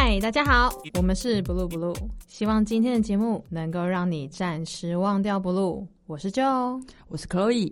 嗨，大家好，我们是 Blue Blue， 希望今天的节目能够让你暂时忘掉 Blue。我是 Joe， 我是 Chloe。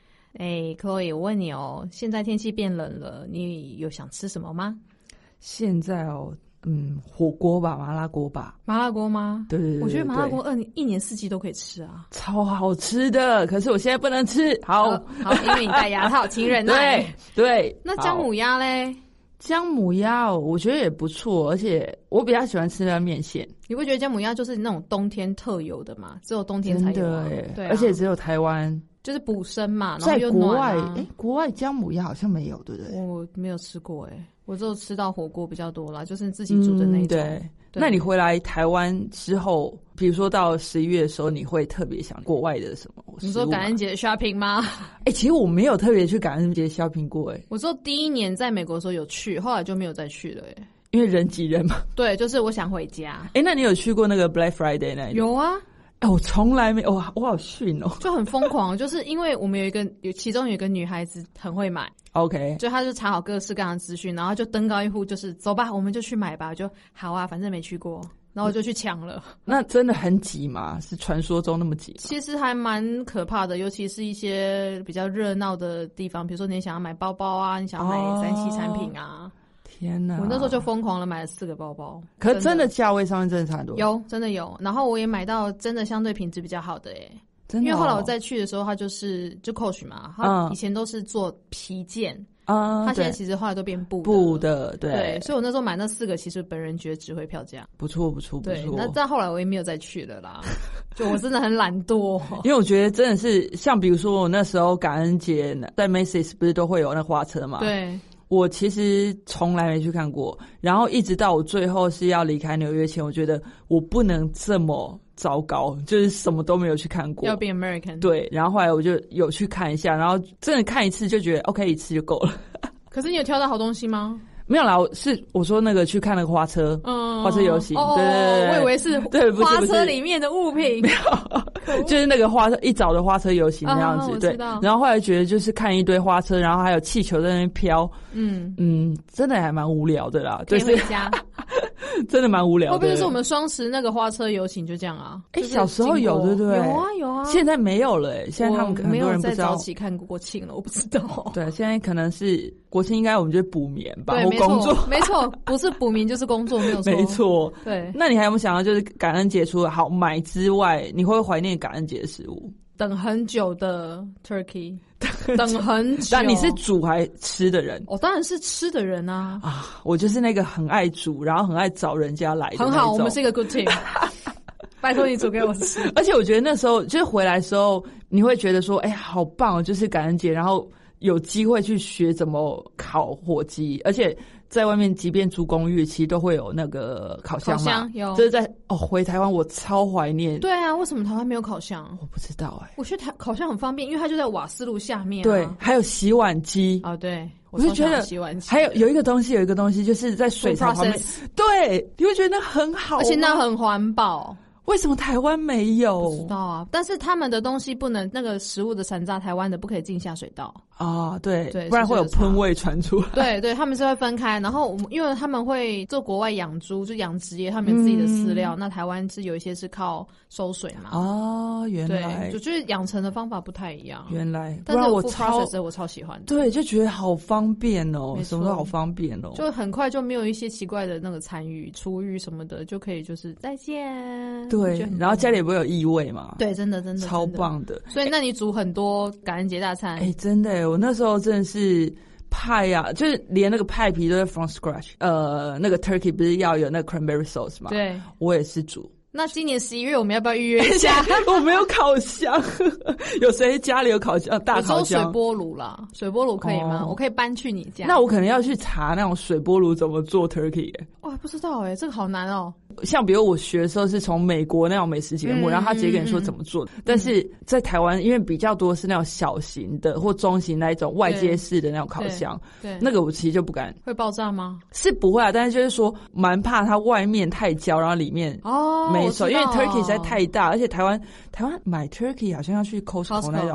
Chloe， 我问你哦，现在天气变冷了，你有想吃什么吗？ 现在火锅吧，麻辣锅吧。 麻辣锅吗？ 对对对， 我觉得麻辣锅一年四季都可以吃啊， 超好吃的。可是我现在不能吃。好， 因为你戴牙套，请忍耐。 对。 那姜母鸭嘞？ 姜母鸭我觉得也不错，而且我比较喜欢吃那个面线。 你不觉得姜母鸭就是那种冬天特有的吗？只有冬天才有啊。对啊， 而且只有台湾。 就是补身嘛，然后又暖啊。 在国外姜母鸭好像没有，对不对？ 我没有吃过我只有吃到火锅比较多啦，就是自己煮的那种。 对。那你回来台湾之后，比如说到11月的时候，你会特别想国外的什么食物吗？ 你说感恩节的 shopping 吗？ 其实我没有特别去感恩节 shopping 过我只有第一年在美国的时候有去，后来就没有再去了因为人挤人嘛。 对，就是我想回家。 那你有去过那个 Black Friday 那里？ 有啊。 我从来没我好逊就很疯狂，就是因为我们其中有一个女孩子很会买 ，OK， 就她就查好各式各样的资讯，然后就登高一呼，就是走吧，我们就去买吧。我就好啊，反正没去过，然后我就去抢了。 那真的很挤吗？是传说中那么挤吗？ 其实还蛮可怕的，尤其是一些比较热闹的地方，比如说你想要买包包啊，你想要买3C 产品啊。 天哪！ 我那时候就疯狂了，买了4个包包。 可是真的价位上面真的差很多。 有，真的有。然后我也买到真的相对品质比较好的真的因为后来我再去的时候，它就 Coach 嘛，它以前都是做皮件它现在其实后来都变布的，对。所以我那时候买那4个，其实本人觉得值回票价， 不错不错不错。 对，那再后来我也没有再去了啦，就我真的很懒惰。 因为我觉得真的是像比如说我那时候感恩节在 Macy's 不是都会有那花车嘛？ 对。 我其实从来没去看过，然后一直到我最后是要离开纽约前，我觉得我不能这么糟糕，就是什么都没有去看过。 要变 American。 对，然后后来我就有去看一下，然后真的看一次就觉得 OK， 一次就够了。 可是你有挑到好东西吗？ 没有啦，我说那个去看那个花车，花车游行，对， 我以为是花车里面的物品， 没有，就是那个花车一早的花车游行那样子，对。然后后来觉得就是看一堆花车，然后还有气球在那边飘，真的还蛮无聊的啦，就是回家。 真的蛮无聊的。 会不会就是我们双十那个花车游行就这样啊？ 小时候有对不对？ 有啊。 现在没有了现在他们很多人不知道。 没有在早起看国庆了，我不知道。 对，现在可能是国庆，应该我们就补眠吧， 对， 或工作。 没错，不是补眠就是工作，没有错。 没错， 对。 那你还有没有想到，就是感恩节除了好买之外，你会不会怀念感恩节的食物？ 等很久的 turkey， 等很久。 但你是煮还吃的人？ 我当然是吃的人啊！ 我就是那个很爱煮，然后很爱找人家来的那种。 很好，我们是一个 good team。拜托你煮给我吃。 而且我觉得那时候就是回来的时候，你会觉得说，好棒，就是感恩节，然后有机会去学怎么烤火鸡，而且在外面即便住公寓，其实都会有那个烤箱嘛。 烤箱有， 就是在回台湾我超怀念。 对啊，为什么台湾没有烤箱？ 我不知道我觉得烤箱很方便，因为它就在瓦斯炉下面对，还有洗碗机对， 我就觉得洗碗机还有一个东西就是在水槽旁边，对，你会觉得那很好， 而且那很环保。 为什么台湾没有？ 不知道啊，但是他们的东西不能，那个食物的残渣，台湾的不可以进下水道对，不然会有喷味传出来。对，他们是会分开。然后因为他们会做国外养猪，就养殖业，他们有自己的饲料。那台湾是有一些是靠收水嘛。 原来对，就是养成的方法不太一样。 原来， 但是我超喜欢的。 对，就觉得好方便什么都好方便就很快就没有一些奇怪的那个残余、厨余什么的，就可以就是再见。 对，然后家里也不会有异味嘛。 对，真的超棒的。 所以那你煮很多感恩节大餐？ 真的我那时候真的是派就是连那个派皮都是 from scratch。那个 turkey 不是要有那个 cranberry sauce 吗？ 对， 我也是煮。 那今年11月我们要不要预约一下？ 我没有烤箱。有谁家里有烤箱？大烤箱？ 水波炉啦，水波炉可以吗？我可以搬去你家。 那我可能要去查那种水波炉怎么做 turkey。 不知道这个好难哦。 像比如我学的时候是从美国那种美食节目，然后他直接跟你说怎么做的。但是在台湾，因为比较多是那种小型的或中型那一种外接式的那种烤箱， 对， 那个我其实就不敢。 会爆炸吗？ 是不会但是就是说蛮怕它外面太焦，然后里面没熟，因为 turkey 实在太大，而且台湾买 turkey 好像要去 Costco 那种。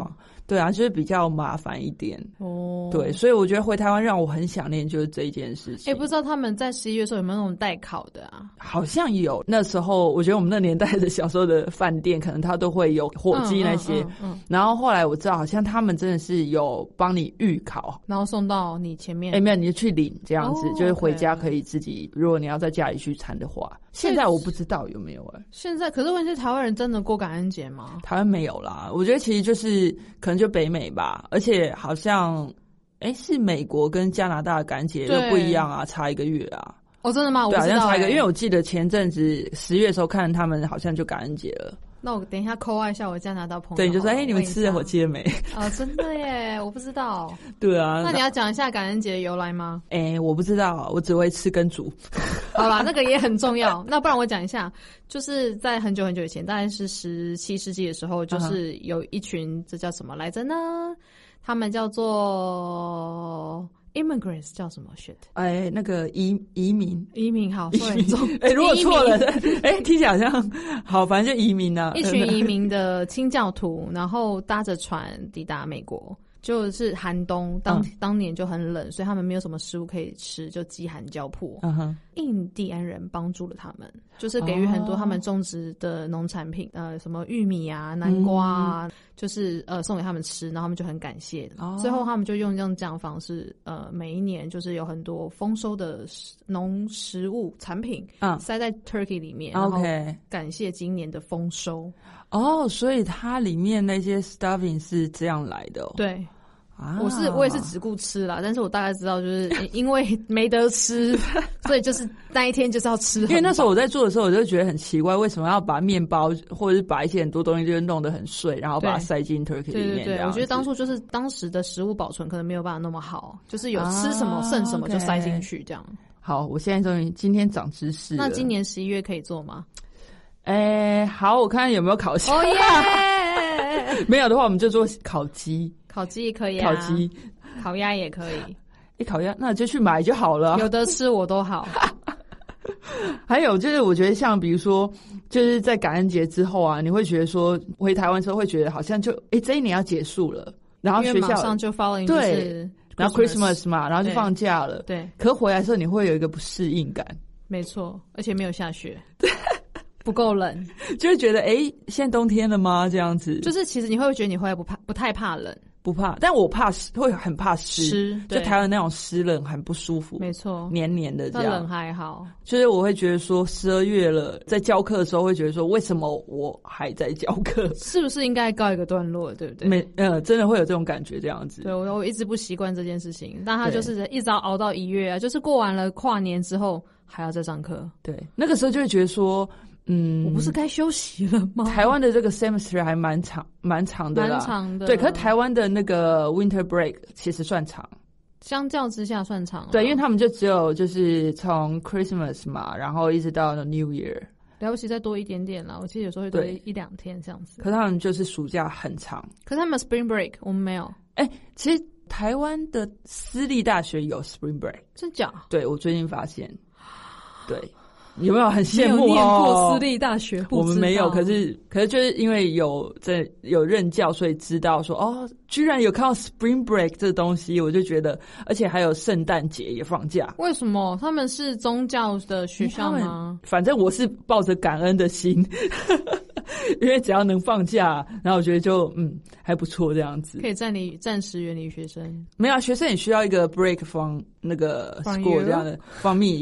对啊，就是比较麻烦一点哦。对，所以我觉得回台湾让我很想念就是这一件事情。 不知道他们在11月的时候有没有那种代考的啊？ 好像有，那时候我觉得我们那年代的小时候的饭店可能他都会有火鸡那些，然后后来我知道好像他们真的是有帮你预烤， 然后送到你前面。 没有，你就去领这样子，就是回家可以自己，如果你要在家里聚餐的话。现在我不知道有没有现在可是问题是台湾人真的过感恩节吗？ 台湾没有啦，我觉得其实就是可能就北美吧，而且好像是美国跟加拿大的感恩节又不一样啊，差1个月啊。 哦，真的吗？ 对，好像差1个月，因为我记得前阵子10月的时候看他们好像就感恩节了。 那我等一下call一下我加拿大朋友。 对，你就说你们吃了火鸡了没？ 哦，真的耶，我不知道。 对啊， 那你要讲一下感恩节的由来吗？ 我不知道，我只会吃跟煮。 好啦，那个也很重要。那不然我讲一下，就是在很久很久以前，大概是17世纪的时候，就是有一群这叫什么来着呢？他们叫做immigrants， 叫什么 shit？ 那个移民好，说很重。 如果错了，听起来好像好，反正就移民啊。 一群移民的清教徒，然后搭着船抵达美国。就是寒冬，当年就很冷，所以他们没有什么食物可以吃，就饥寒交迫。印第安人帮助了他们，就是给予很多他们种植的农产品，什么玉米啊、南瓜啊，就是送给他们吃，然后他们就很感谢。最后他们就用这样的方式，每一年就是有很多丰收的农食物产品，塞在 turkey 里面，然后感谢今年的丰收。 所以它里面那些 stuffing 是这样来的。 对。我也是只顾吃啦，但是我大概知道，就是因为没得吃，所以就是那一天就是要吃。因为那时候我在做的时候，我就觉得很奇怪，为什么要把面包或者是把一些很多东西就是弄得很碎，然后把它塞进 turkey 里面。 对，我觉得当初就是当时的食物保存可能没有办法那么好，就是有吃什么剩什么就塞进去这样。 好，我现在终于今天长知识了。 那今年11月可以做吗？ 好，我看有没有烤鸡。没有的话，我们就做烤鸡。 烤鸡也可以啊， 烤鸡、 烤鸭也可以。 烤鸭那就去买就好了， 有得吃我都好。 还有就是，我觉得像比如说，就是在感恩节之后啊，你会觉得说回台湾之后会觉得好像就这一年要结束了，然后学校马上就 following 对，然后 Christmas 嘛，然后就放假了， 对。 可回来的时候你会有一个不适应感， 没错，而且没有下雪。不够冷， 就会觉得现在冬天了吗？这样子， 就是其实你会觉得你回来不太怕冷， 不怕，但我会很怕湿，就台湾那种湿冷很不舒服， 没错， 黏黏的这样。 冷还好， 就是我会觉得说12月了，在教课的时候会觉得说，为什么我还在教课？ 是不是应该告一个段落，对不对？ 真的会有这种感觉，这样子。对， 我一直不习惯这件事情，但他就是一直要熬到1月啊，就是过完了跨年之后还要再上课。 对，那个时候就会觉得说。 我不是该休息了吗？ 台湾的这个 semester 还蛮长的啦， 蛮长的。 对，可是台湾的那个 winter break 其实算长， 相较之下算长。 对，因为他们就只有就是从 Christmas 嘛，然后一直到 New Year， 了不起再多一点点啦。我记得有时候会多1-2天这样子。 可是他们就是暑假很长， 可是他们 spring break 我们没有。 其实台湾的私立大学有 spring break， 真假？ 对，我最近发现，对。有没有很羡慕？ 没有念过私立大学， 我们没有。可是就是因为有任教，所以知道说居然有看到 Spring Break 这东西，我就觉得，而且还有圣诞节也放假。 为什么？他们是宗教的学校吗？ 反正我是抱着感恩的心，因为只要能放假，然后我觉得就还不错这样子。 可以暂时远离学生。 没有，学生也需要一个 break from 那个 school 这样的from me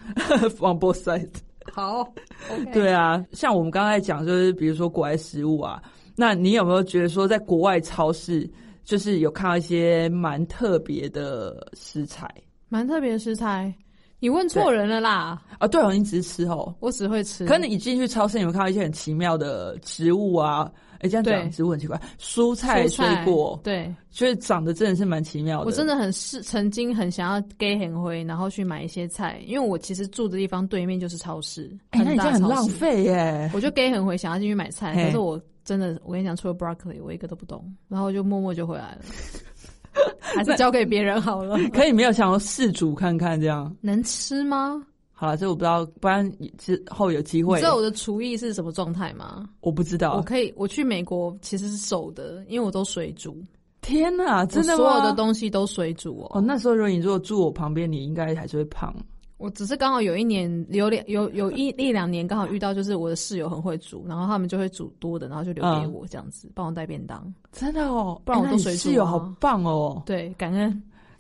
from both sides。 好，okay。 对啊，像我们刚才讲，就是比如说国外食物啊，那你有没有觉得说，在国外超市，就是有看到一些蛮特别的食材？蛮特别的食材？ 你问错人了啦！ 对哦，你只是吃我只会吃。 可是你进去超市，你有看到一些很奇妙的植物啊？这样讲植物很奇怪，蔬菜水果， 对， 就是长得真的是蛮奇妙的。 我真的曾经很想要给很灰，然后去买一些菜，因为我其实住的地方对面就是超市， 那你这样很浪费耶！ 我就给很灰，想要进去买菜，可是我真的，我跟你讲，除了 broccoli， 我一个都不懂，然后就默默就回来了。还是交给别人好了。 可以没有想要试煮看看这样？ 能吃吗？ 好了，这我不知道，不然之后有机会。 你知道我的厨艺是什么状态吗？ 我不知道。 我去美国其实是瘦的，因为我都水煮。 天哪，真的吗？ 所有的东西都水煮哦。 那时候如果住我旁边，你应该还是会胖。 我只是刚好有一年有一两年刚好遇到，就是我的室友很会煮，然后他们就会煮多的，然后就留给我这样子，帮我带便当。 真的哦， 不然我都水煮。 室友好棒哦。 对，感恩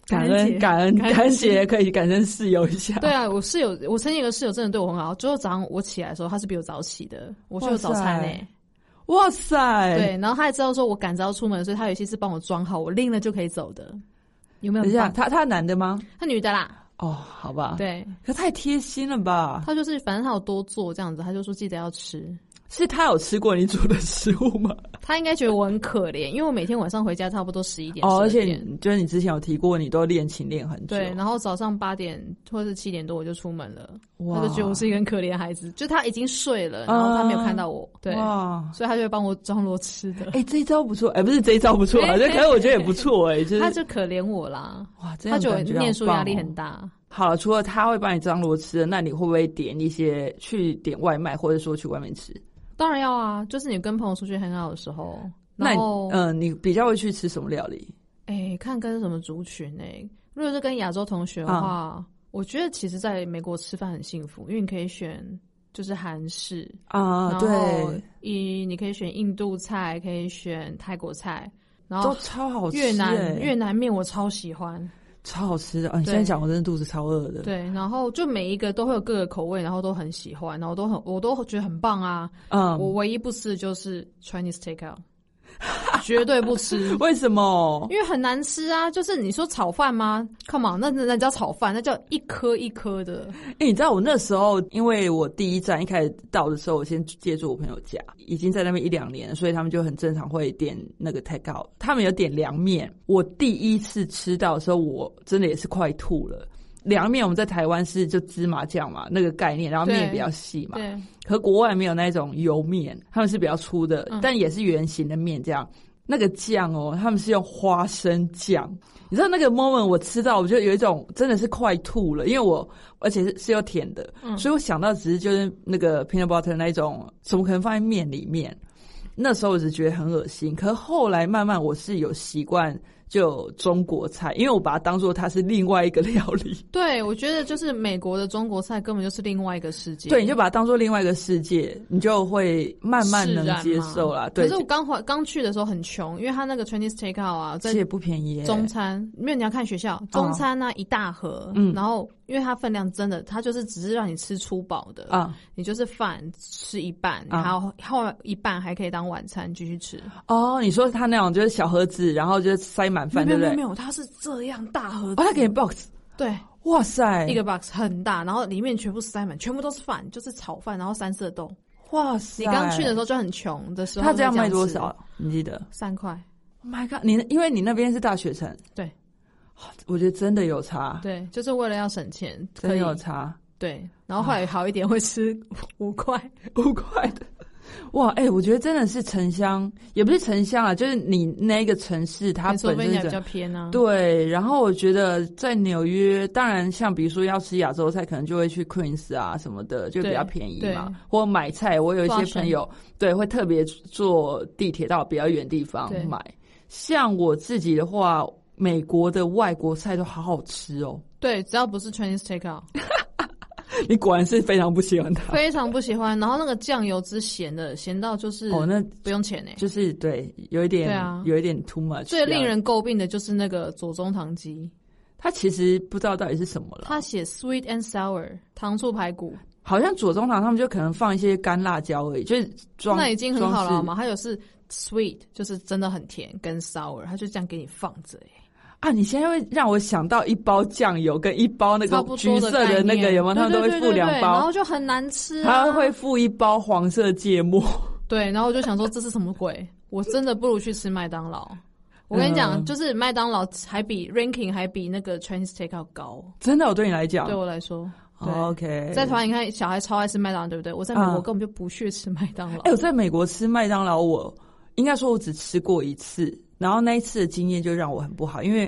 姐可以感恩室友一下。 对啊，我曾经有个室友真的对我很好，最后早上我起来的时候，他是比我早起的，我就有早餐欸。 哇塞！ 对，然后他也知道说我赶着要出门，所以他有些是帮我装好，我拎了就可以走的。有没有？ 等一下，他男的吗？ 他女的啦。 哦，好吧。 对， 可太贴心了吧？ 他就是反正他有多做这样子，他就说记得要吃。 是他有吃过你煮的食物吗？ 他应该觉得我很可怜，因为我每天晚上回家差不多11点。 而且就是你之前有提过，你都练琴练很久。 对，然后早上8点或者是7点多我就出门了。他就觉得我是一个很可怜的孩子，就他已经睡了，然后他没有看到我。对，所以他就会帮我张罗吃的。 这一招不错。不是这一招不错啊，可是我觉得也不错就是他就可怜我啦。 哇，这样他就念书压力很大。 好了，除了他会帮你张罗吃的，那你会不会去点外卖，或者说去外面吃？ 当然要啊，就是你跟朋友出去很好的时候。 那你比较会去吃什么料理？ 看跟什么族群如果是跟亚洲同学的话，我觉得其实在美国吃饭很幸福，因为你可以选就是韩式啊，对， 你可以选印度菜，可以选泰国菜，然后都超好吃。 越南面我超喜欢。 超好吃的你现在讲我真的肚子超饿的。 对，然后就每一个都会有各个口味，然后都很喜欢，然后我都觉得很棒啊。我唯一不吃的就是 Chinese takeout， 绝对不吃。 为什么？ 因为很难吃啊！就是你说炒饭吗 ？Come on， 那叫炒饭，那叫一颗一颗的。 你知道我那时候，因为我第一站一开始到的时候，我先借住我朋友家，已经在那边1-2年了，所以他们就很正常会点那个 take out。他们有点凉面，我第一次吃到的时候，我真的也是快吐了。凉面我们在台湾是就芝麻酱嘛，那个概念，然后面比较细嘛。 对。 可国外没有那种油面，他们是比较粗的，但也是圆形的面这样。那个酱他们是用花生酱。你知道那个 moment 我吃到，我就有一种真的是快吐了，因为而且是有甜的，所以我想到只是就是那个 peanut butter 那一种，怎么可能放在面里面？那时候我只觉得很恶心，可是后来慢慢我是有习惯。就中国菜，因为我把它当作它是另外一个料理。 对，我觉得就是美国的中国菜根本就是另外一个世界。 对，你就把它当作另外一个世界，你就会慢慢能接受啦。对。 可是我刚去的时候很穷，因为他那个 Chinese takeout 啊， 这也不便宜中餐，因为你要看学校，中餐呢一大盒，然后因为它分量真的，它就是只是让你吃粗饱的你就是饭吃一半，然后后一半还可以当晚餐继续吃。 你说他那种就是小盒子，然后就是塞满饭，对不对？ 没有，它是这样大盒子。 他给你 box。 对， 哇塞， 一个 box 很大，然后里面全部塞满，全部都是饭，就是炒饭，然后3色豆。 哇塞！ 你刚去的时候就很穷的时候， 他这样卖多少？你记得 ？3块。 Oh my god！ 因为你那边是大学城， 对， 我觉得真的有差。 对，就是为了要省钱， 真的有差。 对，然后后来好一点会吃5块的。哇，我觉得真的是城乡，也不是城乡啊，就是你那个城市它本身比较偏啊。 对，然后我觉得在纽约，当然像比如说要吃亚洲菜，可能就会去 Queens 啊什么的，就比较便宜嘛。或买菜，我有一些朋友对会特别坐地铁到比较远的地方买。像我自己的话，美国的外国菜都好好吃哦。 对，只要不是 Chinese takeout。 你果然是非常不喜欢它， 非常不喜欢。然后那个酱油之咸的，咸到就是那不用钱就是对，有一点有一点 too much。 最令人诟病的就是那个左宗棠鸡， 它其实不知道到底是什么了。 它写 sweet and sour 糖醋排骨， 好像左宗棠他们就可能放一些干辣椒而已，就是那已经很好了嘛。还有是 sweet， 就是真的很甜，跟 sour， 它就这样给你放着你现在会让我想到一包酱油跟一包那个橘色的那个有没有？他们都会附2包， 然后就很难吃他会附1包黄色芥末。 对，然后我就想说这是什么鬼？我真的不如去吃麦当劳。我跟你讲，就是麦当劳还比 ranking 还比那个 Chinese takeout 高。 真的，我对你来讲， 对我来说。 OK， 在台湾你看小孩超爱吃麦当劳，对不对？我在美国根本就不去吃麦当劳。 我在美国吃麦当劳，我应该说我只吃过1次。然后那一次的经验就让我很不好，因为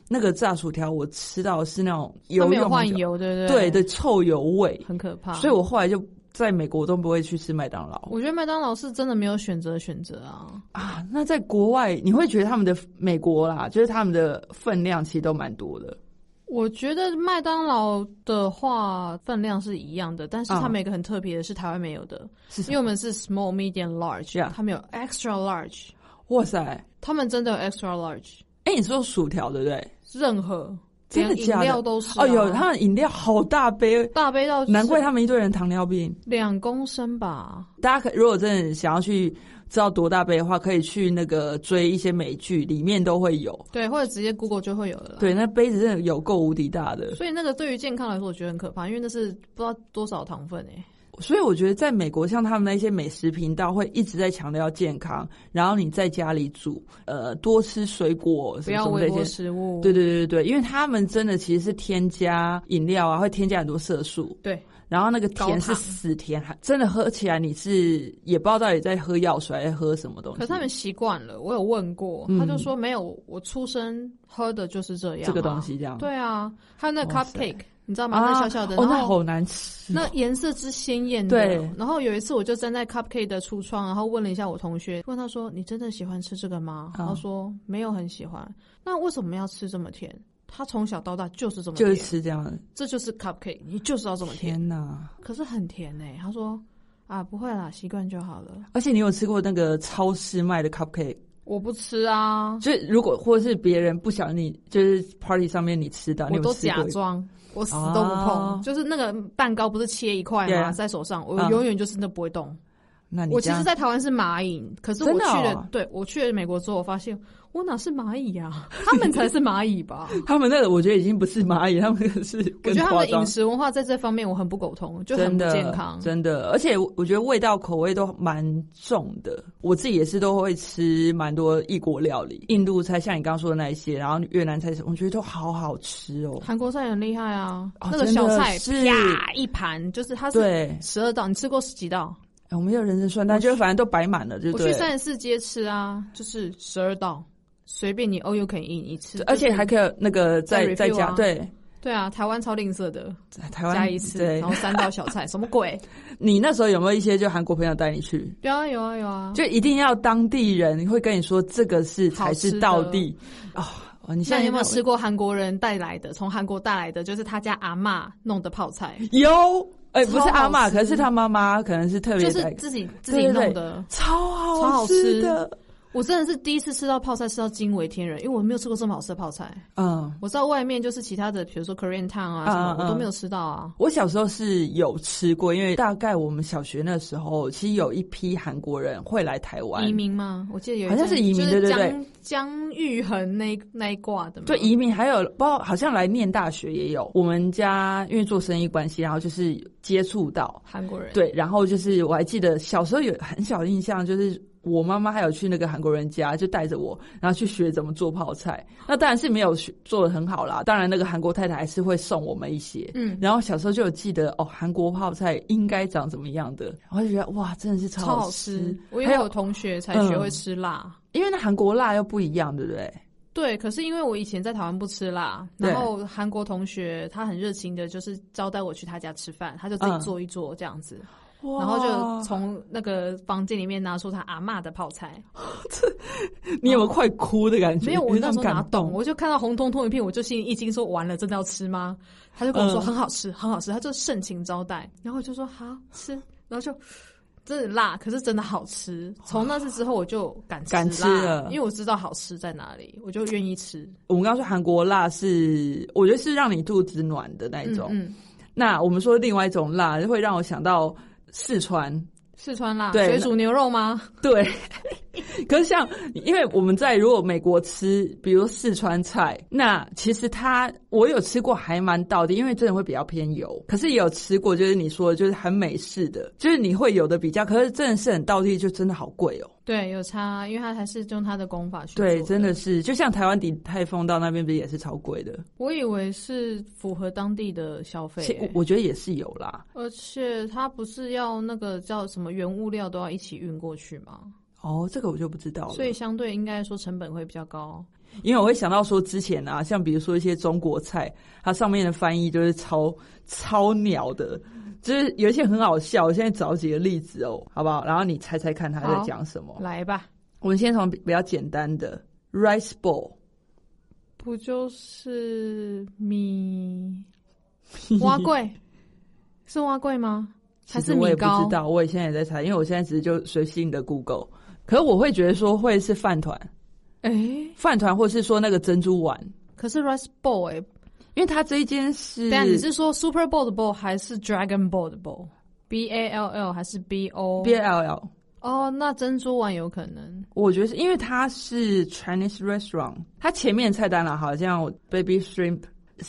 那个炸薯条我吃到的是那种油没有换油，对不对？ 对的，臭油味很可怕。 所以我后来就在美国都不会去吃麦当劳。 我觉得麦当劳是真的没有选择啊。那在国外你会觉得他们的美国啦，就是他们的分量其实都蛮多的。 我觉得麦当劳的话分量是一样的，但是他们有一个很特别的是台湾没有的，因为我们是 small medium large， 他们有 extra large。 哇塞， 他们真的有 extra large。 你说薯条对不对？ 任何真的假的？ 饮料都是有他们饮料好大杯， 大杯到难怪他们一堆人糖尿病 ，2公升吧。 大家如果真的想要去知道多大杯的话，可以去那个追一些美剧，里面都会有。 对，或者直接 Google 就会有了。 对，那杯子真的有够无敌大的。 所以那个对于健康来说，我觉得很可怕，因为那是不知道多少糖分所以我觉得在美国，像他们那些美食频道会一直在强调健康，然后你在家里煮，多吃水果， 不要微波食物。 对，因为他们真的其实是添加饮料啊，会添加很多色素。 对。 然后那个甜是死甜，真的喝起来你是也不知道到底在喝药水还是喝什么东西。 可是他们习惯了，我有问过，他就说没有，我出生喝的就是这样， 这个东西这样。 对啊，还有那个 cupcake，你知道吗？那小小的， 那好难吃， 那颜色之鲜艳的。 对。 然后有一次我就站在 cupcake 的橱窗，然后问了一下我同学，问他说：“你真的喜欢吃这个吗？”他说：“没有很喜欢。”那为什么要吃这么甜？他从小到大就是这么甜， 就是吃这样的， 这就是 cupcake， 你就是要这么甜。 天哪！ 可是很甜他说啊，不会啦，习惯就好了。 而且你有吃过那个超市卖的 cupcake？ 我不吃啊。 就是如果或是别人不想你，就是 party 上面你吃到， 我都假装，我死都不碰。就是那个蛋糕不是切一块吗？在手上，我永远就是那不会动。 那你我其实，在台湾是蚂蚁，可是我去了，对，我去了美国之后，我发现我哪是蚂蚁啊？他们才是蚂蚁吧？ 他们那个我觉得已经不是蚂蚁，他们那个是更夸张。 我觉得他们的饮食文化在这方面我很不苟同，就很不健康。 真的，而且我觉得味道口味都蛮重的。我自己也是都会吃蛮多异国料理，印度菜像你刚刚说的那一些，然后越南菜，我觉得都好好吃哦。 韩国菜很厉害啊，那个小菜啪一盘，就是它是12道，你吃过几道？ 我没有认真算，但就反正都摆满了，就对。 我去34街吃啊，就是12道，随便你 all you can eat 你吃， 而且还可以那个再加， 对啊，台湾超吝啬的， 台湾加一次，然后3道小菜，什么鬼？ 你那时候有没有一些就韩国朋友带你去？ 有啊， 就一定要当地人会跟你说这个才是道地你现在有没有吃过韩国人带来的，从韩国带来的，就是他家阿嬷弄的泡菜？ 有。不是阿嬷，可是他妈妈可能是特别， 就是自己弄的， 超好吃的。 我真的是第一次吃到泡菜，吃到惊为天人，因为我没有吃过这么好吃的泡菜。我知道外面就是其他的，比如说 Korean Town 啊什么，我都没有吃到啊。 我小时候是有吃过，因为大概我们小学那时候，其实有一批韩国人会来台湾移民吗？我记得有好像是移民，对， 姜育恒那一挂的嘛。 对，移民还有不知道好像来念大学也有。我们家因为做生意关系，然后就是接触到韩国人， 对，然后就是我还记得小时候有很小的印象，就是我妈妈还有去那个韩国人家，就带着我，然后去学怎么做泡菜。那当然是没有做得很好啦，当然那个韩国太太还是会送我们一些。然后小时候就有记得韩国泡菜应该长怎么样的，然后就觉得哇，真的是超好吃。 我也有同学才学会吃辣， 因为那韩国辣又不一样，对不对？ 对，可是因为我以前在台湾不吃辣，然后韩国同学他很热情的，就是招待我去他家吃饭，他就自己做一桌这样子。然后就从那个房间里面拿出他阿嬷的泡菜， 你有没有快哭的感觉？ 没有，我那时候哪懂，我就看到红彤彤一片，我就心里一惊，说完了，真的要吃吗？他就跟我说很好吃，很好吃，他就盛情招待，然后我就说好吃，然后就真的辣，可是真的好吃。从那次之后，我就敢吃了，因为我知道好吃在哪里，我就愿意吃。 我们刚刚说韩国辣是，我觉得是让你肚子暖的那一种。那我们说另外一种辣，会让我想到四川辣，水煮牛肉吗？ 对。可是像因为我们在如果美国吃比如四川菜，那其实我有吃过还蛮道地，因为真的会比较偏油，可是也有吃过就是你说的就是很美式的，就是你会有的比较，可是真的是很道地，就真的好贵哦。 对，有差，因为它还是用它的功法去做的。 对，真的是就像台湾鼎泰丰到那边不是也是超贵的？我以为是符合当地的消费我觉得也是有啦。 而且它不是要那个叫什么原物料都要一起运过去吗？ 这个我就不知道了。 所以相对应该说成本会比较高。 因为我会想到说之前啊，像比如说一些中国菜，它上面的翻译就是超鸟的，就是有一些很好笑。我现在找几个例子哦，好不好？然后你猜猜看他在讲什么。 来吧， 我们先从比较简单的 rice bowl， 不就是米蛙粿？是蛙粿吗？还是米糕？ 我也不知道，我也现在也在猜，因为我现在只是就随性的 Google。可是我会觉得说会是饭团，饭团或是说那个珍珠丸。 可是 rice bowl 因为它这一间是， 但你是说 Super Bowl 的 bowl 还是 Dragon Ball 的 bowl？BALL 还是 BO？BALL。 哦， 那珍珠丸有可能。 我觉得是因为它是 Chinese restaurant， 它前面菜单好像 baby shrimp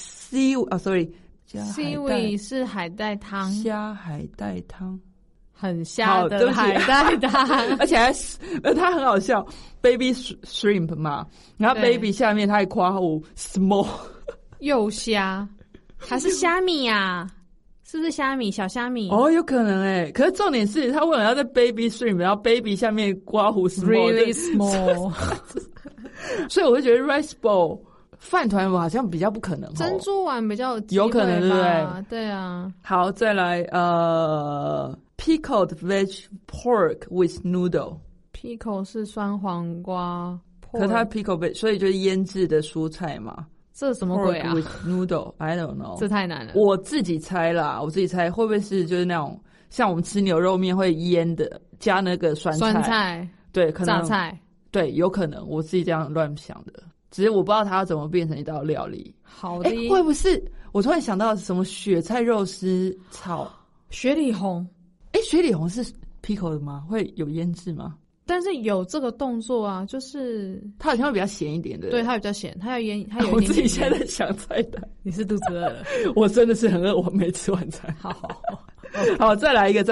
seaweed 是海带汤， 虾海带汤。 很虾的海带汤， 而且它很好笑 ，baby shrimp 嘛，然后 baby 下面它还括弧 small， 又虾还是虾米啊？是不是虾米？小虾米？ 哦，有可能可是重点是他为了要在 baby shrimp， 然后 baby 下面括弧 small，really small， 所以我会觉得 rice bowl 饭团我好像比较不可能， 珍珠丸比较有可能，对不对？ 对啊。 好，再来pickled veg pork with noodle。pickle 是酸黄瓜， 可是它 pickle 所以就是腌制的蔬菜嘛。 这什么鬼啊 ？Pork with noodle， I don't know， 这太难了。 我自己猜会不会是就是那种像我们吃牛肉面会腌的，加那个酸菜，对，可能榨菜， 对，有可能我自己这样乱想的。只是我不知道它要怎么变成一道料理。 好的， 会不会是我突然想到什么雪菜肉丝炒雪里红？ 雪里红是 pickle 的吗？会有腌制吗？ 但是有这个动作啊，就是它好像会比较咸一点的。 对，它比较咸，它要腌，它有一点点。 我自己现在在想菜单， 你是肚子饿了？ 我真的是很饿，我没吃晚餐。好，再来一个，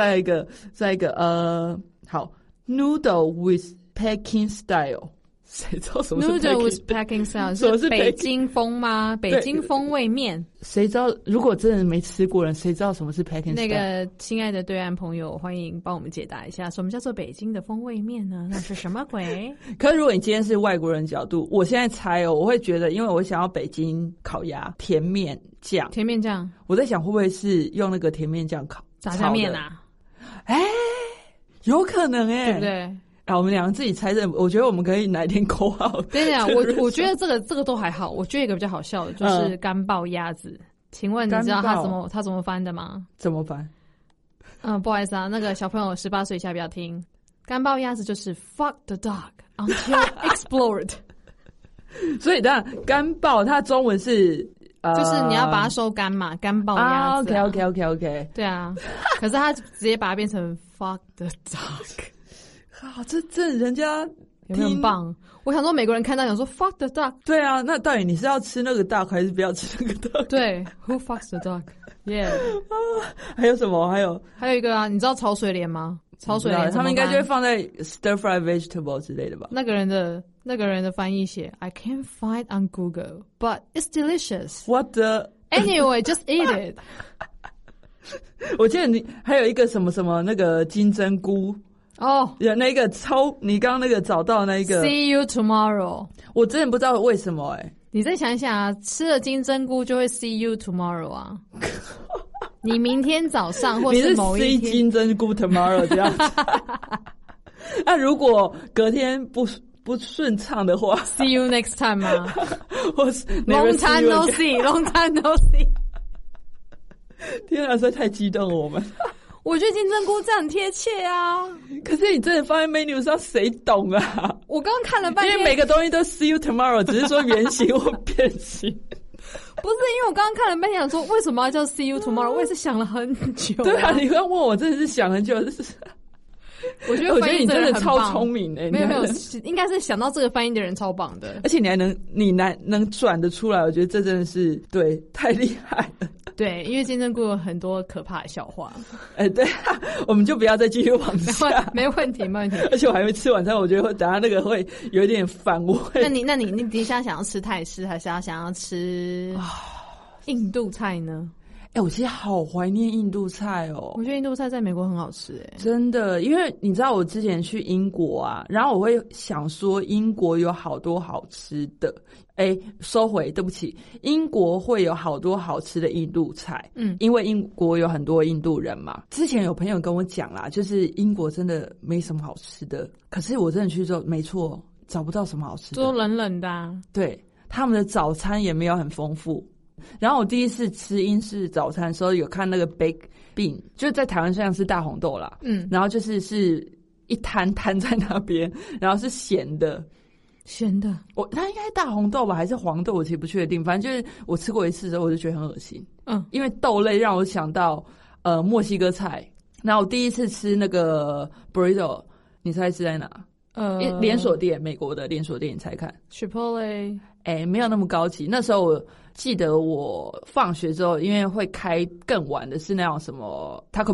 好 ，noodle with Peking style。谁知道什么是 Noodle with Peking style？ 是北京风吗？北京风味面。谁知道？如果真的没吃过人，谁知道什么是 Peking style？ 那个亲爱的对岸朋友，欢迎帮我们解答一下，什么叫做北京的风味面呢？那是什么鬼？ 可是如果你今天是外国人角度，我现在猜我会觉得，因为我想要北京烤鸭甜面酱，我在想会不会是用那个甜面酱烤炸酱面啊？ 有可能对不对？ 我们两个自己猜的，我觉得我们可以哪一天扣号。 对呀，我觉得这个都还好。我觉得一个比较好笑的就是干爆鸭子。请问你知道他怎么翻的吗？ 怎么翻？ 不好意思啊，那个小朋友18岁以下不要听。干爆鸭子就是 fuck the dog until explored。 所以当然干爆它中文是就是你要把它收干嘛，干爆鸭子。 OK。对啊，可是他直接把它变成 fuck the dog。 这人家有没有很棒？我想说美国人看到想说 fuck the duck。 对啊，那到底你是要吃那个 duck 还是不要吃那个 duck？ 对 ，Who fucks the duck？ Yeah 还有什么？还有一个啊，你知道炒水莲吗？炒水莲他们应该就会放在 stir fry vegetable 之类的吧？ 那个人的翻译写 I can't find on Google, but it's delicious. What the? Anyway, just eat it. 我记得你还有一个什么那个金针菇。有那个你刚刚那个找到那一个 See you tomorrow， 我真的不知道为什么你再想一想啊，吃了金针菇就会 See you tomorrow 啊。你明天早上或是某一天， 你是 see 金针菇 tomorrow 这样子。那如果隔天不顺畅的话 ，See you next time 吗？ 或是 Long time no see，Long time no see。 天啊，实在太激动了我们。 我觉得金针菇这样很贴切啊！ 可是你真的放在 menu 上，谁懂啊？ 我刚刚看了半天， 因为每个东西都 see you tomorrow， 只是说圆形或变形。 不是，因为我刚刚看了半天，想说为什么要叫 see you tomorrow？ 我也是想了很久。 对啊，你刚问我，真的是想很久。我觉得你真的超聪明没有，应该是想到这个翻译的人超棒的。 而且你还能转得出来，我觉得这真的是对，太厉害了。 对，因为金针菇有很多可怕的笑话。 对啊，我们就不要再继续往下。 没问题。 而且我还没吃晚餐，我觉得等下那个会有一点反胃。 那你等一下想要吃泰式，还是想要吃印度菜呢？ 我其实好怀念印度菜哦。 我觉得印度菜在美国很好吃真的，因为你知道我之前去英国啊，然后我会想说英国有好多好吃的，收回，对不起，英国会有好多好吃的印度菜，因为英国有很多印度人嘛。之前有朋友跟我讲啦，就是英国真的没什么好吃的，可是我真的去之后，没错，找不到什么好吃的， 都冷冷的啊。 对，他们的早餐也没有很丰富。然后我第一次吃英式早餐的时候，有看那个 baked bean， 就是在台湾像是大红豆啦，然后就是一摊在那边，然后是咸的，它应该是大红豆吧，还是黄豆，我其实不确定。反正就是我吃过一次之后，我就觉得很恶心，因为豆类让我想到墨西哥菜。然后我第一次吃那个 burrito， 你猜是在哪？连锁店，美国的连锁店，你猜看 ？Chipotle。 没有那么高级。那时候我记得我放学之后，因为会开更晚的是那种什么 Taco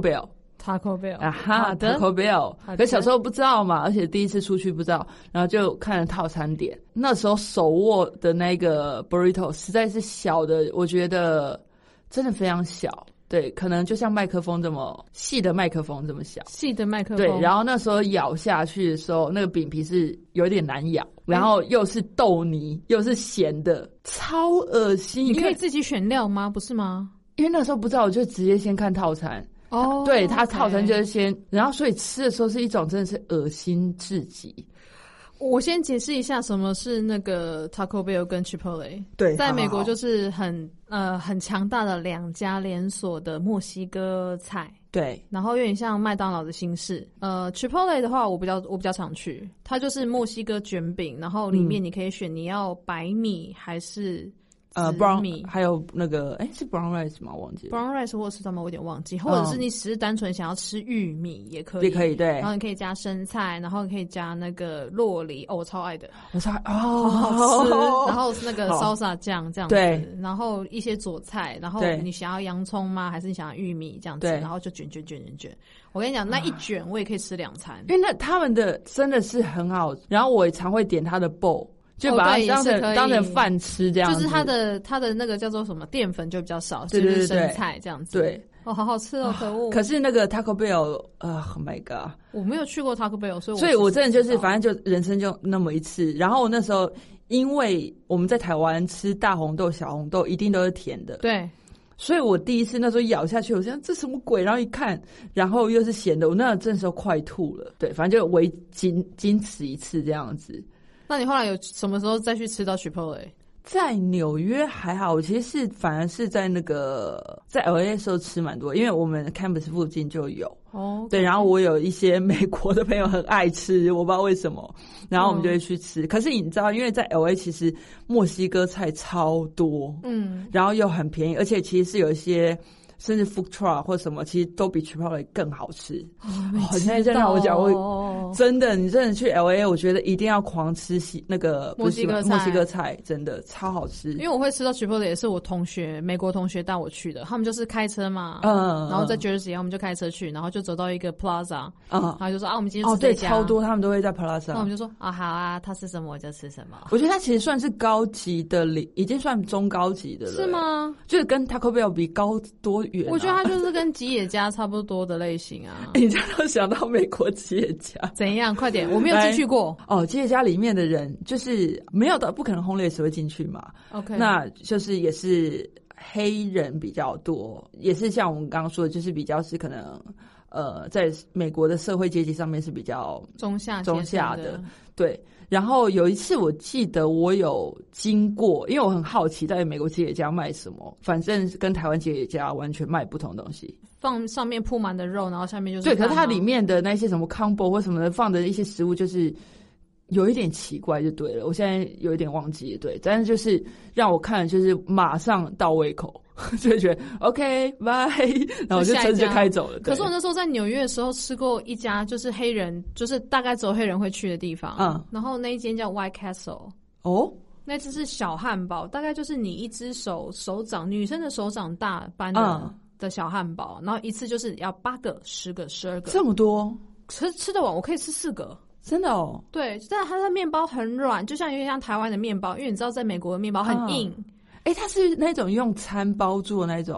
Bell。Taco Bell。可小时候不知道嘛，而且第一次出去不知道，然后就看了套餐点。那时候手握的那个 burrito 实在是小的，我觉得真的非常小。对，可能就像麦克风这么细的麦克风这么小，对，然后那时候咬下去的时候，那个饼皮是有点难咬，然后又是豆泥，又是咸的，超恶心。 你可以自己选料吗？不是吗？ 因为那时候不知道，我就直接先看套餐。对，他套餐就是先，然后所以吃的时候是一种真的是恶心至极。 我先解释一下什么是那个 Taco Bell 跟 Chipotle。 对， 在美国就是很强大的两家连锁的墨西哥菜。 对， 然后有点像麦当劳的形式。Chipotle 的话，我比较常去，它就是墨西哥卷饼，然后里面你可以选你要白米还是 brown 米，还有那个是 brown rice 吗？我忘记了 brown rice 或者是什么，我有点忘记。或者是你只是单纯想要吃玉米也可以， 对。 然后你可以加生菜，然后你可以加那个酪梨，我超爱的， 好好吃。然后是那个 salsa 酱这样子， 对。 然后一些佐菜，然后你想要洋葱吗？还是你想要玉米这样子？然后就卷。我跟你讲，那一卷我也可以吃2餐， 因为那他们的真的是很好。然后我也常会点他的 bowl。就把它当成饭吃这样子， 就是它的那个叫做什么淀粉就比较少，就是生菜这样子。 对， 好好吃哦，可恶！ 可是那个 Taco Bell，Oh my god， 我没有去过 Taco Bell， 所以我真的就是反正就人生就那么一次。然后那时候因为我们在台湾吃大红豆、小红豆一定都是甜的， 对。 所以我第一次那时候咬下去，我想这什么鬼？然后一看，然后又是咸的，我那这时候快吐了。对，反正就为仅此一次这样子。 那你后来有什么时候再去吃到 Chipotle？ 在纽约还好，我其实反而是在在 LA 的时候吃蛮多，因为我们 campus 附近就有。对，然后我有一些美国的朋友很爱吃，我不知道为什么，然后我们就会去吃。可是你知道，因为在 LA 其实墨西哥菜超多，然后又很便宜，而且其实是有一些。甚至 food truck 或什么，其实都比 Chipotle 更好吃。你现在让我讲，真的，你真的去 LA， 我觉得一定要狂吃那个墨西哥菜，真的超好吃。 因为我会吃到 Chipotle 也是我美国同学带我去的，他们就是开车嘛，然后在 Jersey， 然后我们就开车去，然后就走到一个 Plaza，然后就说我们今天吃这家。 对，超多他们都会在 Plaza。 那我们就说好啊，他吃什么我就吃什么。 我觉得它其实算是高级的，已经算中高级的了。 是吗？ 就是跟 Taco Bell 比高多远？ 我觉得它就是跟吉野家差不多的类型啊。 你这样都想到美国吉野家？ 怎样？快点，我没有进去过。 吉野家里面的人就是没有的，不可能homeless会进去嘛。 OK， 那就是也是黑人比较多，也是像我们刚刚说的，就是比较是可能在美国的社会阶级上面是比较中下的。对，然后有一次我记得我有经过，因为我很好奇在美国吉野家卖什么，反正跟台湾吉野家完全卖不同的东西。 放上面铺满的肉，然后下面就是对，可是它里面的那些什么 combo 或什么的放的一些食物就是有一点奇怪就对了，我现在有一点忘记了，对，但是就是让我看就是马上到胃口，就觉得 OK bye， 然后我就车子就开走了。 可是我那时候在纽约的时候吃过一家就是黑人，就是大概只有黑人会去的地方，然后那一间叫 White Castle。那只是小汉堡，大概就是你一只手掌，女生的手掌大般的小汉堡，然后一次就是要8个、10个、12个， 这么多， 吃得完，我可以吃4个。 真的哦？ 对，但它的面包很软，就像有点像台湾的面包，因为你知道在美国的面包很硬。 它是那种用餐包住的那种，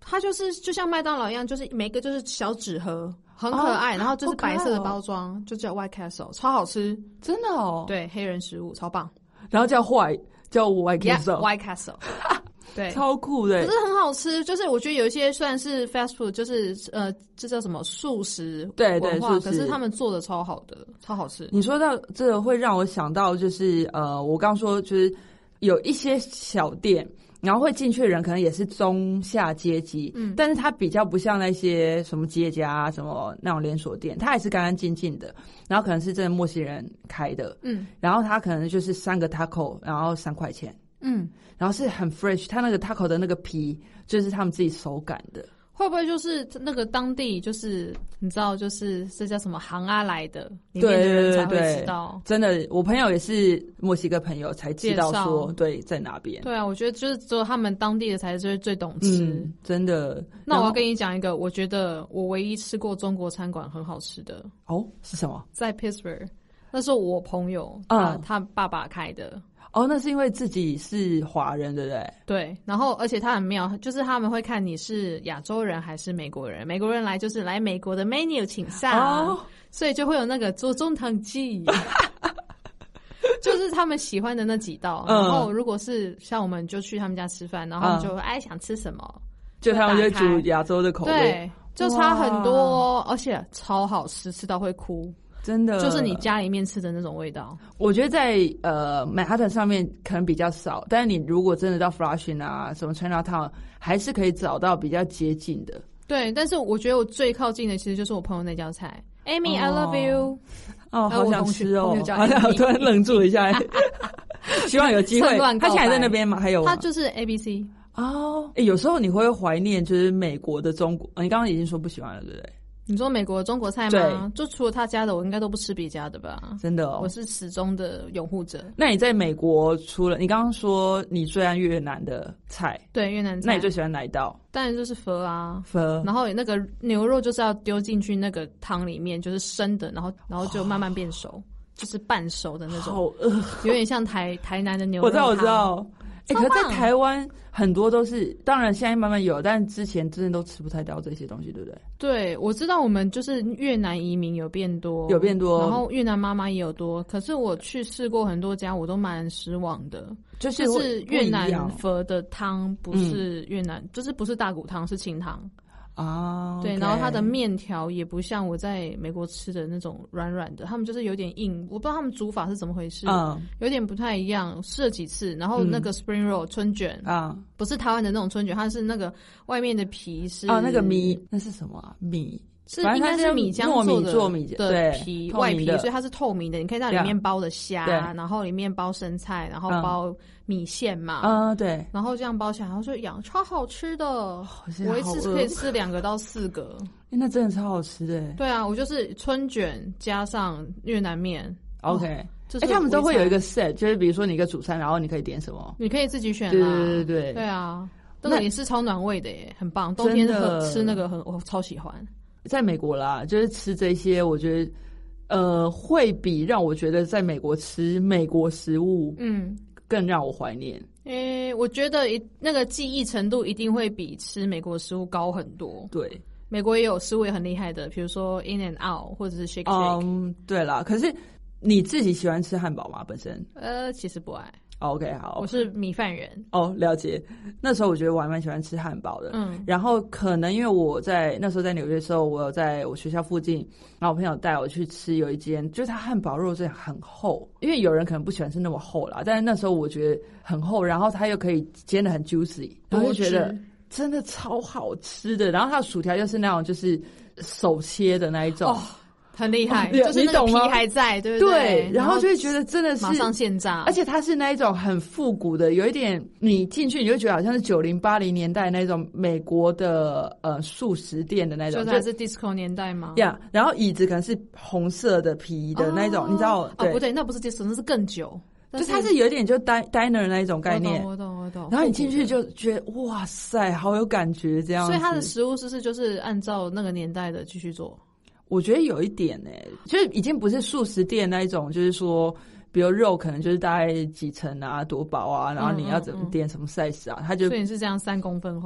它就是就像麦当劳一样，就是每个就是小纸盒，很可爱，然后就是白色的包装，就叫 White Castle， 超好吃， 真的哦。 对，黑人食物超棒， 然后叫 White Castle， White Castle。对， 超酷的， 可是很好吃。就是我觉得有一些虽然是 fast food， 就是这叫什么素食文化，可是他们做的超好的，超好吃。 你说到这个会让我想到，就是我刚说就是有一些小店，然后会进去的人可能也是中下阶级，但是它比较不像那些什么吉野家啊什么那种连锁店，它还是干干净净的，然后可能是真的墨西哥人开的，然后它可能就是3个 taco， 然后3块钱。然后是很 fresh， 它那个 taco 的那个皮就是他们自己手擀的。 会不会就是那个当地就是你知道就是这叫什么行啊来的里面的人才会知道？ 真的，我朋友也是墨西哥朋友才知道说对在哪边。 对啊，我觉得就是只有他们当地的才是最懂吃， 真的。 那我要跟你讲一个，我觉得我唯一吃过中国餐馆很好吃的是什么？ 在 Pittsburgh， 那是我朋友他爸爸开的。 那是因为自己是华人，对不对？ 对，然后而且他很妙，就是他们会看你是亚洲人还是美国人，美国人来就是来美国的 menu 请上，所以就会有那个做中堂记，就是他们喜欢的那几道。然后如果是像我们就去他们家吃饭，然后就想吃什么， 就他们就煮亚洲的口味， 对，就差很多，而且超好吃，吃到会哭。 真的就是你家里面吃的那种味道。 我觉得在Manhattan 上面可能比较少，但是你如果真的到 Flushing 啊什么 Chinatown 还是可以找到比较接近的。 对，但是我觉得我最靠近的其实就是我朋友那家菜 Amy I love you。 好想吃哦，我突然愣住了一下希望有机会。他现在在那边吗？还有他就是 ABC。 有时候你会怀念就是美国的中国，你刚刚已经说不喜欢了对不对？ 你说美国的中国菜吗？就除了他家的，我应该都不吃别家的吧？ 真的我是始终的拥护者。 那你在美国除了你刚刚说你最爱越南的菜， 对越南菜， 那你最喜欢哪一道？ 当然就是佛啊， 佛。然后那个牛肉就是要丢进去那个汤里面，就是生的，然后就慢慢变熟，就是半熟的那种， 好饿， 有点像台南的牛肉汤。 我知道。可是在台湾很多都是，当然现在慢慢有，但之前真的都吃不太到这些东西，对不对？ 对，我知道我们就是越南移民有变多，然后越南妈妈也有多，可是我去试过很多家，我都蛮失望的。就是越南佛的汤不是越南，就是不是大骨汤，是清汤。对，然后它的面条也不像我在美国吃的那种软软的，他们就是有点硬，我不知道他们煮法是怎么回事，有点不太一样。试了几次，然后那个 spring roll 春卷不是台湾的那种春卷，它是那个外面的皮是那个米，那是什么米？ 是应该是米浆做的皮外皮，所以它是透明的，你可以在里面包的虾，然后里面包生菜，然后包米线嘛， 对， 然后这样包起来，然后说超好吃的，我一次可以吃2个到4个， 那真的超好吃的。 对啊，我就是春卷加上越南面 ，OK。他们都会有一个 set， 就是比如说你一个主餐，然后你可以点什么， 你可以自己选啦。对啊，那个也是超暖胃的耶，很棒。冬天吃那个我超喜欢。 在美国啦，就是吃这些，我觉得会比让我觉得在美国吃美国食物更让我怀念。 我觉得那个记忆程度一定会比吃美国食物高很多。对，美国也有食物也很厉害的，比如说 In and Out 或者是 Shake Shake。 对啦，可是你自己喜欢吃汉堡吗？本身？ 其实不爱。 OK， 好，我是米饭人。 了解。那时候我觉得我还蛮喜欢吃汉堡的。然后可能因为我那时候在纽约的时候，我有在我学校附近，然后我朋友带我去吃，有一间就是它汉堡肉真的很厚，因为有人可能不喜欢吃那么厚啦，但是那时候我觉得很厚，然后它又可以煎得很 juicy， 然后就觉得真的超好吃的。然后它的薯条又是那种就是手切的那一种。 很厉害，就是那个皮还在，对不对？ 对，然后就会觉得真的是马上现炸， 而且它是那一种很复古的，有一点你进去你就觉得好像是90、80年代那种美国的素食店的那种， 就还是 disco 年代吗？ 然后椅子可能是红色的皮的那种，你知道？ 不对，那不是 disco， 那是更久。 就它是有点就 diner 那一种概念， 我懂。 然后你进去就觉得哇塞，好有感觉这样子。 所以它的食物就是按照那个年代的继续做。 我觉得有一点就是已经不是素食店那一种，就是说，比如肉可能就是大概几层啊，多薄啊，然后你要怎么点什么 size 啊，它就所以你是这样3公分厚。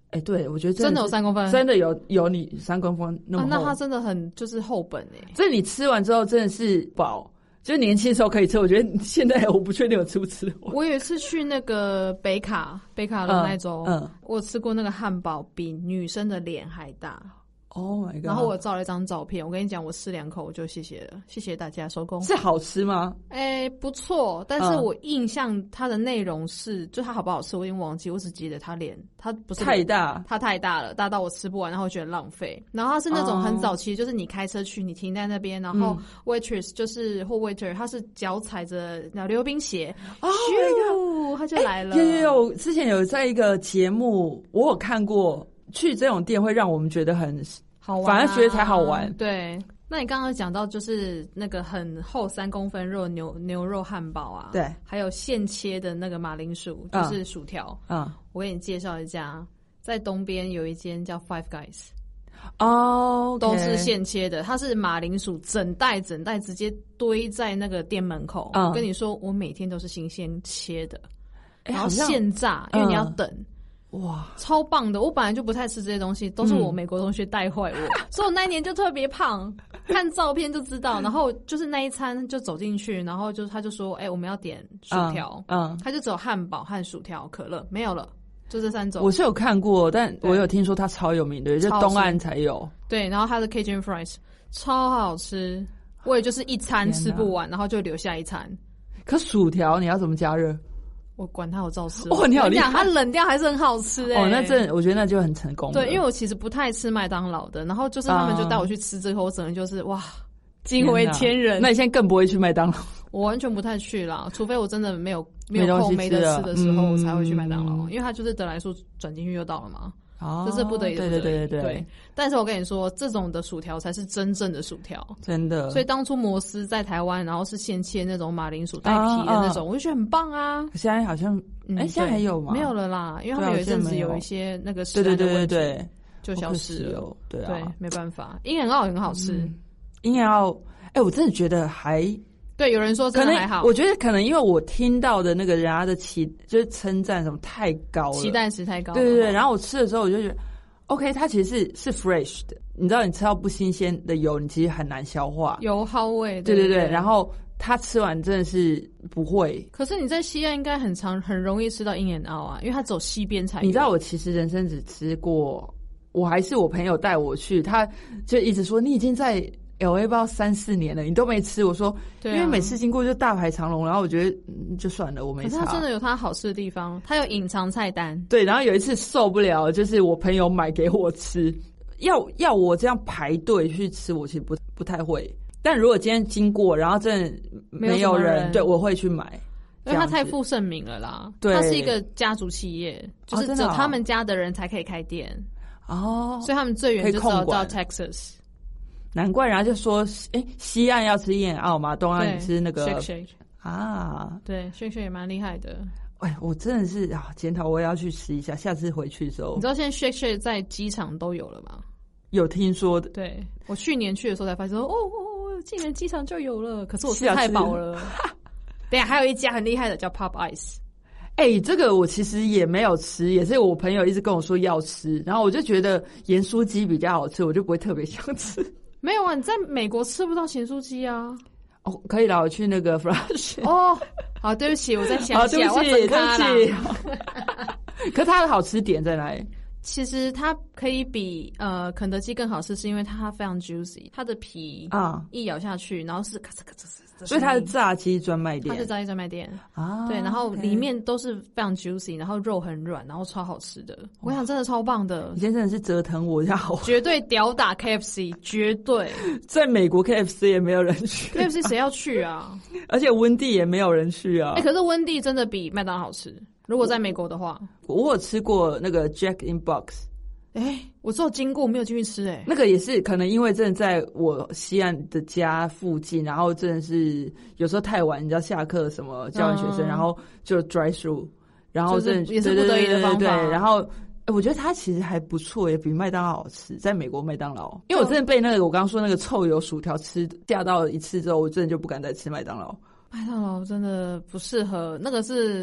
对，我觉得真的有3公分， 真的有你3公分那么厚。 那它真的很就是厚本这你吃完之后真的是饱。就是年轻的时候可以吃，我觉得现在我不确定我吃不吃。 我有一次去那个北卡的那州，我吃过那个汉堡比女生的脸还大。 Oh my god！ 然后我照了一张照片，我跟你讲，我吃2口我就谢谢了，谢谢大家，收工。 是好吃吗？ 不错，但是我印象它的内容是，就它好不好吃我已经忘记，我只记得它不是太大， 它太大了，大到我吃不完，然后我觉得浪费。然后它是那种很早期，就是你开车去，你停在那边，然后 waitress 就是或 waiter， 他是脚踩着溜冰鞋，咻，他就来了。 有，之前有在一个节目，我有看过，去这种店会让我们觉得很好玩， 反而觉得才好玩。 对，那你刚刚讲到就是那个很厚3公分肉牛肉汉堡啊， 对， 还有现切的那个马铃薯，就是薯条。我给你介绍一家，在东边有一间叫 Five Guys。都是现切的，它是马铃薯整袋直接堆在那个店门口。我跟你说，我每天都是新鲜切的，然后现炸，因为你要等。哇，超棒的！我本来就不太吃这些东西，都是我美国同学带坏我，所以我那一年就特别胖，看照片就知道。然后就是那一餐就走进去，然后他就说：“我们要点薯条。”他就只有汉堡和薯条、可乐，没有了。就这3种， 我是有看过，但我有听说它超有名的，就东岸才有。 对，然后它的 Cajun fries 超好吃，我也就是一餐吃不完，然后就留下一餐。 可薯条你要怎么加热？ 我管它，我照吃。 你好厉害！ 它冷掉还是很好吃那我觉得那就很成功了。 对，因为我其实不太吃麦当劳的，然后就是他们就带我去吃这个，我整个就是哇，惊为天人。 那你现在更不会去麦当劳？ 我完全不太去啦，除非我真的没有空没得吃的时候，我才会去麦当劳，因为它就是得来速转进去就到了嘛。这是不得已的，对。但是我跟你说，这种的薯条才是真正的薯条， 真的。 所以当初摩斯在台湾，然后是现切那种马铃薯带皮的那种，我就觉得很棒啊。 现在好像，现在还有吗？ 没有了啦，因为他们有一阵子有一些那个食安的问题，就消失了。对，没办法。鹰眼澳很好吃， 鹰眼澳，我真的觉得还。 对，有人说真的还好， 我觉得可能因为我听到的那个人家的就是称赞什么太高了， 期待值太高了。 对，然后我吃的时候我就觉得 ，OK， 它其实是 fresh 的。你知道，你吃到不新鲜的油，你其实很难消化， 油耗味。 对，然后它吃完真的是不会。 可是你在西岸应该很容易吃到鹰眼澳啊，因为它走西边才有。 你知道，我其实人生只吃过，我还是我朋友带我去，他就一直说你已经在LA 不知道3-4年了，你都没吃。我说，因为每次经过就大排长龙，然后我觉得就算了，我没吃。 可是它真的有它好吃的地方，它有隐藏菜单。 对，然后有一次受不了，就是我朋友买给我吃，要我这样排队去吃，我其实不太会。但如果今天经过，然后真的没有人，对，我会去买。 因为它太负盛名了啦，它是一个家族企业，就是只有他们家的人才可以开店。所以他们最远就只有到 Texas。 难怪人家就说，西岸要吃鹰眼澳嘛，东岸吃那个 Shake 对 Shake 也蛮厉害的。 我真的是检讨，我也要去吃一下，下次回去的时候。 你知道现在 Shake 在机场都有了吗？ 有听说的。 对，我去年去的时候才发现说，竟然机场就有了，可是我吃太饱了。对啊，还有一家很厉害的叫 Pop Ice。 这个我其实也没有吃，也是我朋友一直跟我说要吃，然后我就觉得盐酥鸡比较好吃，我就不会特别想吃。 没有啊，你在美国吃不到咸酥鸡啊。 可以了，我去那个 Flash。 好，对不起，我再想起来， 对不起。可是它的好吃点在哪里？ 其实它可以比肯德基更好吃，是因为它非常 juicy， 它的皮一咬下去，然后是咔嚓咔嚓， 所以它是炸鸡专卖店。 它是炸鸡专卖店对，然后里面都是非常 juicy， 然后肉很软，然后超好吃的。我想真的超棒的。 你今天真的是折腾我呀！ 绝对屌打 KFC， 绝对。 在美国 KFC 也没有人去 ，KFC 谁要去啊？ 而且温蒂也没有人去啊。 可是温蒂真的比麦当劳好吃。如果在美国的话， 我有吃过那个 Jack in Box。 我只有经过，没有进去吃。 那个也是可能因为真的在我西岸的家附近，然后真的是有时候太晚，你知道下课什么教完学生，然后就 drive through， 然后真的也是不得已的方法。 对，然后我觉得它其实还不错，也比麦当劳好吃。在美国麦当劳，因为我真的被那个我刚刚说那个臭油薯条吓到了一次之后，我真的就不敢再吃麦当劳。 麦当劳真的不适合，那个是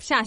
下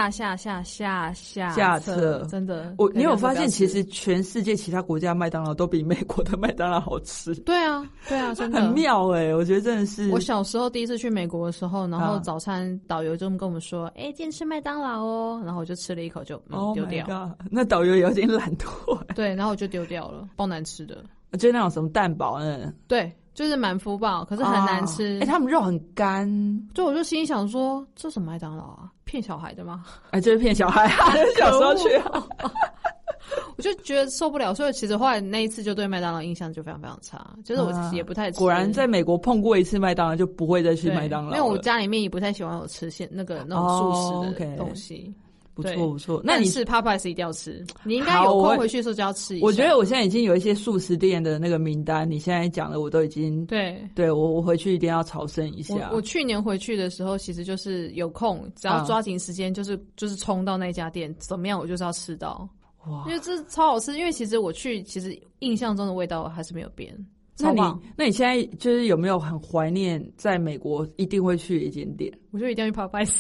策，真的。 你有发现，其实全世界其他国家麦当劳都比美国的麦当劳好吃？ 对啊，真的很妙我觉得真的是。 我小时候第一次去美国的时候，然后早餐导游就跟我们说：“今天吃麦当劳哦。”然后我就吃了一口就丢掉。 Oh my god， 那导游也有点懒惰。 对，然后我就丢掉了，超难吃的。 就是那种什么蛋堡对。就是满福堡，可是很难吃。 他们肉很干， 就我就心里想说，这什么麦当劳啊？骗小孩的吗？ 就是骗小孩啊！小时候去我就觉得受不了，所以其实后来那一次就对麦当劳印象就非常非常差。就是我也不太吃。 果然在美国碰过一次麦当劳，就不会再去麦当劳了。 因为我家里面也不太喜欢有吃那种素食的东西。 不错， 那你是 Popeyes 一定要吃，你应该有空回去的时候就要吃一下。 我觉得我现在已经有一些素食店的那个名单，你现在讲的我都已经对我回去一定要朝圣一下。 我去年回去的时候，其实就是有空，只要抓紧时间，就是冲到那家店，怎么样我就是要吃到。哇，因为这超好吃。因为其实我去，其实印象中的味道还是没有变。 那你现在就是有没有很怀念在美国一定会去的一间店？ 我就一定要去 Popeyes。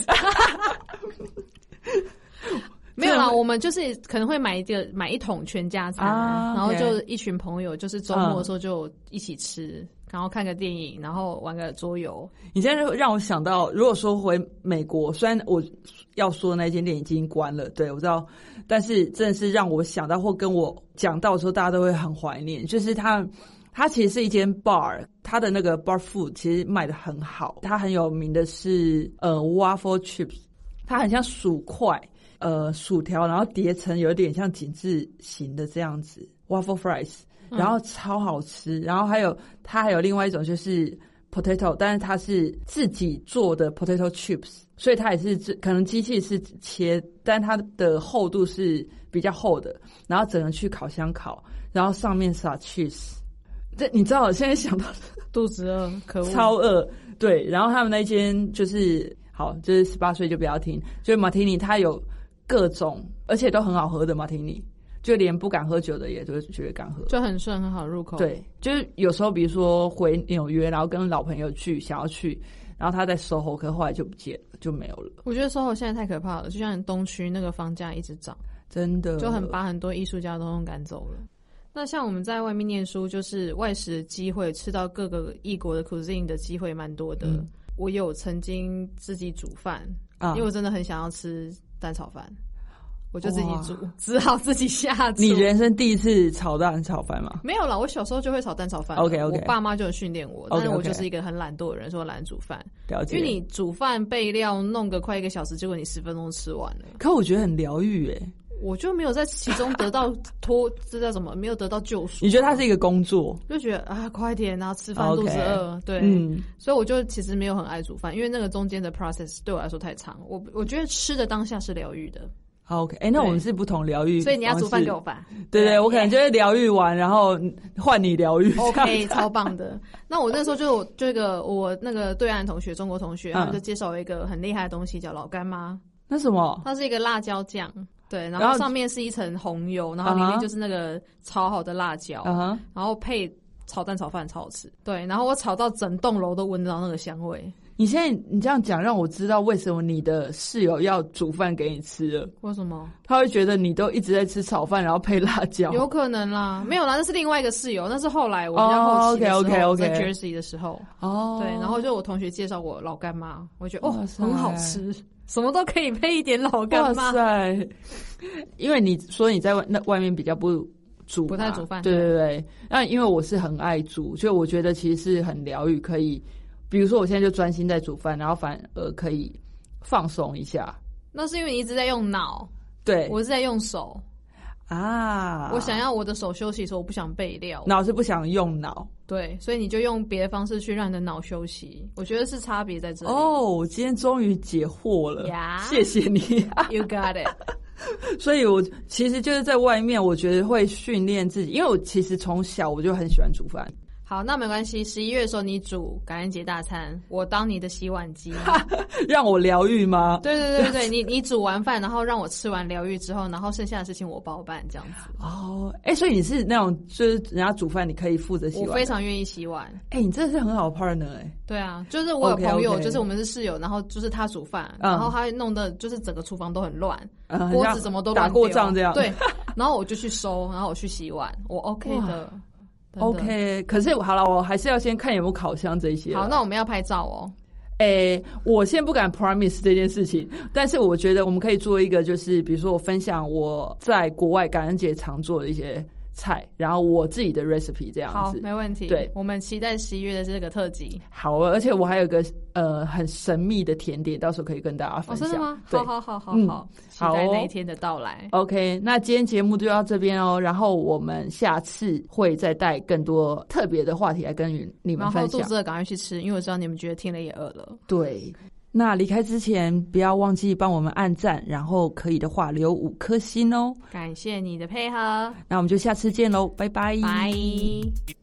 没有啦，我们就是可能会买一桶全家餐，然后就一群朋友，就是周末的时候就一起吃，然后看个电影，然后玩个桌游。 你现在让我想到，如果说回美国，虽然我要说的那间店已经关了，对我知道，但是真的是让我想到或跟我讲到的时候，大家都会很怀念，就是它其实是一间 bar， 它的那个 bar food 其实卖得很好，它很有名的是waffle chips， 它很像薯块。薯条，然后叠成有点像紧致型的这样子 waffle fries， 然后超好吃。然后它还有另外一种就是 potato， 但是它是自己做的 potato chips， 所以它也是可能机器是切，但它的厚度是比较厚的，然后整个去烤箱烤，然后上面撒 cheese。这你知道我现在想到肚子饿，可恶， 超饿。对，然后他们那间就是好，就是18岁就不要听，就是马提尼它有各种，而且都很好喝的马提尼，就连不敢喝酒的也都觉得敢喝， 就很顺，很好入口。 对，就是有时候比如说回纽约，然后跟老朋友想要去，然后他在 SOHO， 可后来就不见了，就没有了。 我觉得 SOHO 现在太可怕了，就像东区那个房价一直涨， 真的就把很多艺术家都赶走了。那像我们在外面念书，就是外食的机会，吃到各个异国的 cuisine 的机会蛮多的。我有曾经自己煮饭，因为我真的很想要吃蛋炒饭，我就自己煮，只好自己下厨。 你人生第一次炒蛋炒饭吗？ 没有啦，我小时候就会炒蛋炒饭。 OK， 我爸妈就有训练我，但是我就是一个很懒惰的人，说懒得煮饭。 了解。 因为你煮饭备料弄个快1个小时，结果你10分钟吃完了。 可我觉得很疗愈耶。 我就没有在其中得到这叫什么？没有得到救赎。 你觉得它是一个工作？ 就觉得快点，然后吃饭肚子饿，对，所以我就其实没有很爱煮饭，因为那个中间的 process 对我来说太长。我觉得吃的当下是疗愈的。 OK， 那我们是不同疗愈， 所以你要煮饭给我饭。 对，我可能就会疗愈完，然后换你疗愈。 OK， 超棒的。那我那时候就我那个对岸同学，中国同学，他们就介绍了一个很厉害的东西，叫老干妈。 那什么？ 它是一个辣椒酱。对，然后上面是一层红油，然后里面就是那个炒好的辣椒，然后配炒蛋炒饭超好吃。对，然后我炒到整栋楼都闻到那个香味。 你这样讲让我知道为什么你的室友要煮饭给你吃了。 为什么？ 他会觉得你都一直在吃炒饭，然后配辣椒。 有可能啦，没有啦，那是另外一个室友，那是后来我比较后期的时候，在 Jersey 的时候。对，然后就我同学介绍我老干妈，我觉得很好吃。什么都可以配一点老干妈。哇塞！ 因为你说你在外面比较不太煮饭， 对。那因为我是很爱煮，所以我觉得其实是很疗愈，可以，比如说我现在就专心在煮饭，然后反而可以放松一下。 那是因为你一直在用脑， 对， 我是在用手啊。我想要我的手休息的时候，我不想备料， 脑是不想用脑。 对，所以你就用别的方式去让你的脑休息，我觉得是差别在这里。 我今天终于解惑了，谢谢你。 You got it。 所以我其实就是在外面，我觉得会训练自己，因为我其实从小我就很喜欢煮饭。 好，那没关系。11月的时候你煮感恩节大餐，我当你的洗碗机， 让我疗愈吗？ 对对对对，你煮完饭，然后让我吃完疗愈之后，然后剩下的事情我包办这样子。 哦，所以你是那种就是人家煮饭你可以负责洗碗？ 我非常愿意洗碗。 你真的是很好的 partner 对啊，就是我有朋友，就是我们是室友，然后就是他煮饭，然后他弄的就是整个厨房都很乱，锅子什么都乱打过仗这样。 对，然后我就去收，然后我去洗碗，我 OK 的。 OK， 可是好了，我还是要先看有没有烤箱这些。 好，那我们要拍照哦。 我先不敢 promise 这件事情，但是我觉得我们可以做一个，就是比如说我分享我在国外感恩节常做的一些菜，然后我自己的 recipe 这样子。 好，没问题。对，我们期待11月的这个特辑。 好，而且我还有个很神秘的甜点，到时候可以跟大家分享。 真的吗？好，期待那一天的到来。 OK， 那今天节目就到这边哦，然后我们下次会再带更多特别的话题来跟你们分享。 然后肚子饿赶快去吃，因为我知道你们觉得听了也饿了。 对。那离开之前不要忘记帮我们按赞，然后可以的话留5颗星哦。 感谢你的配合， 那我们就下次见喽，拜拜。 拜。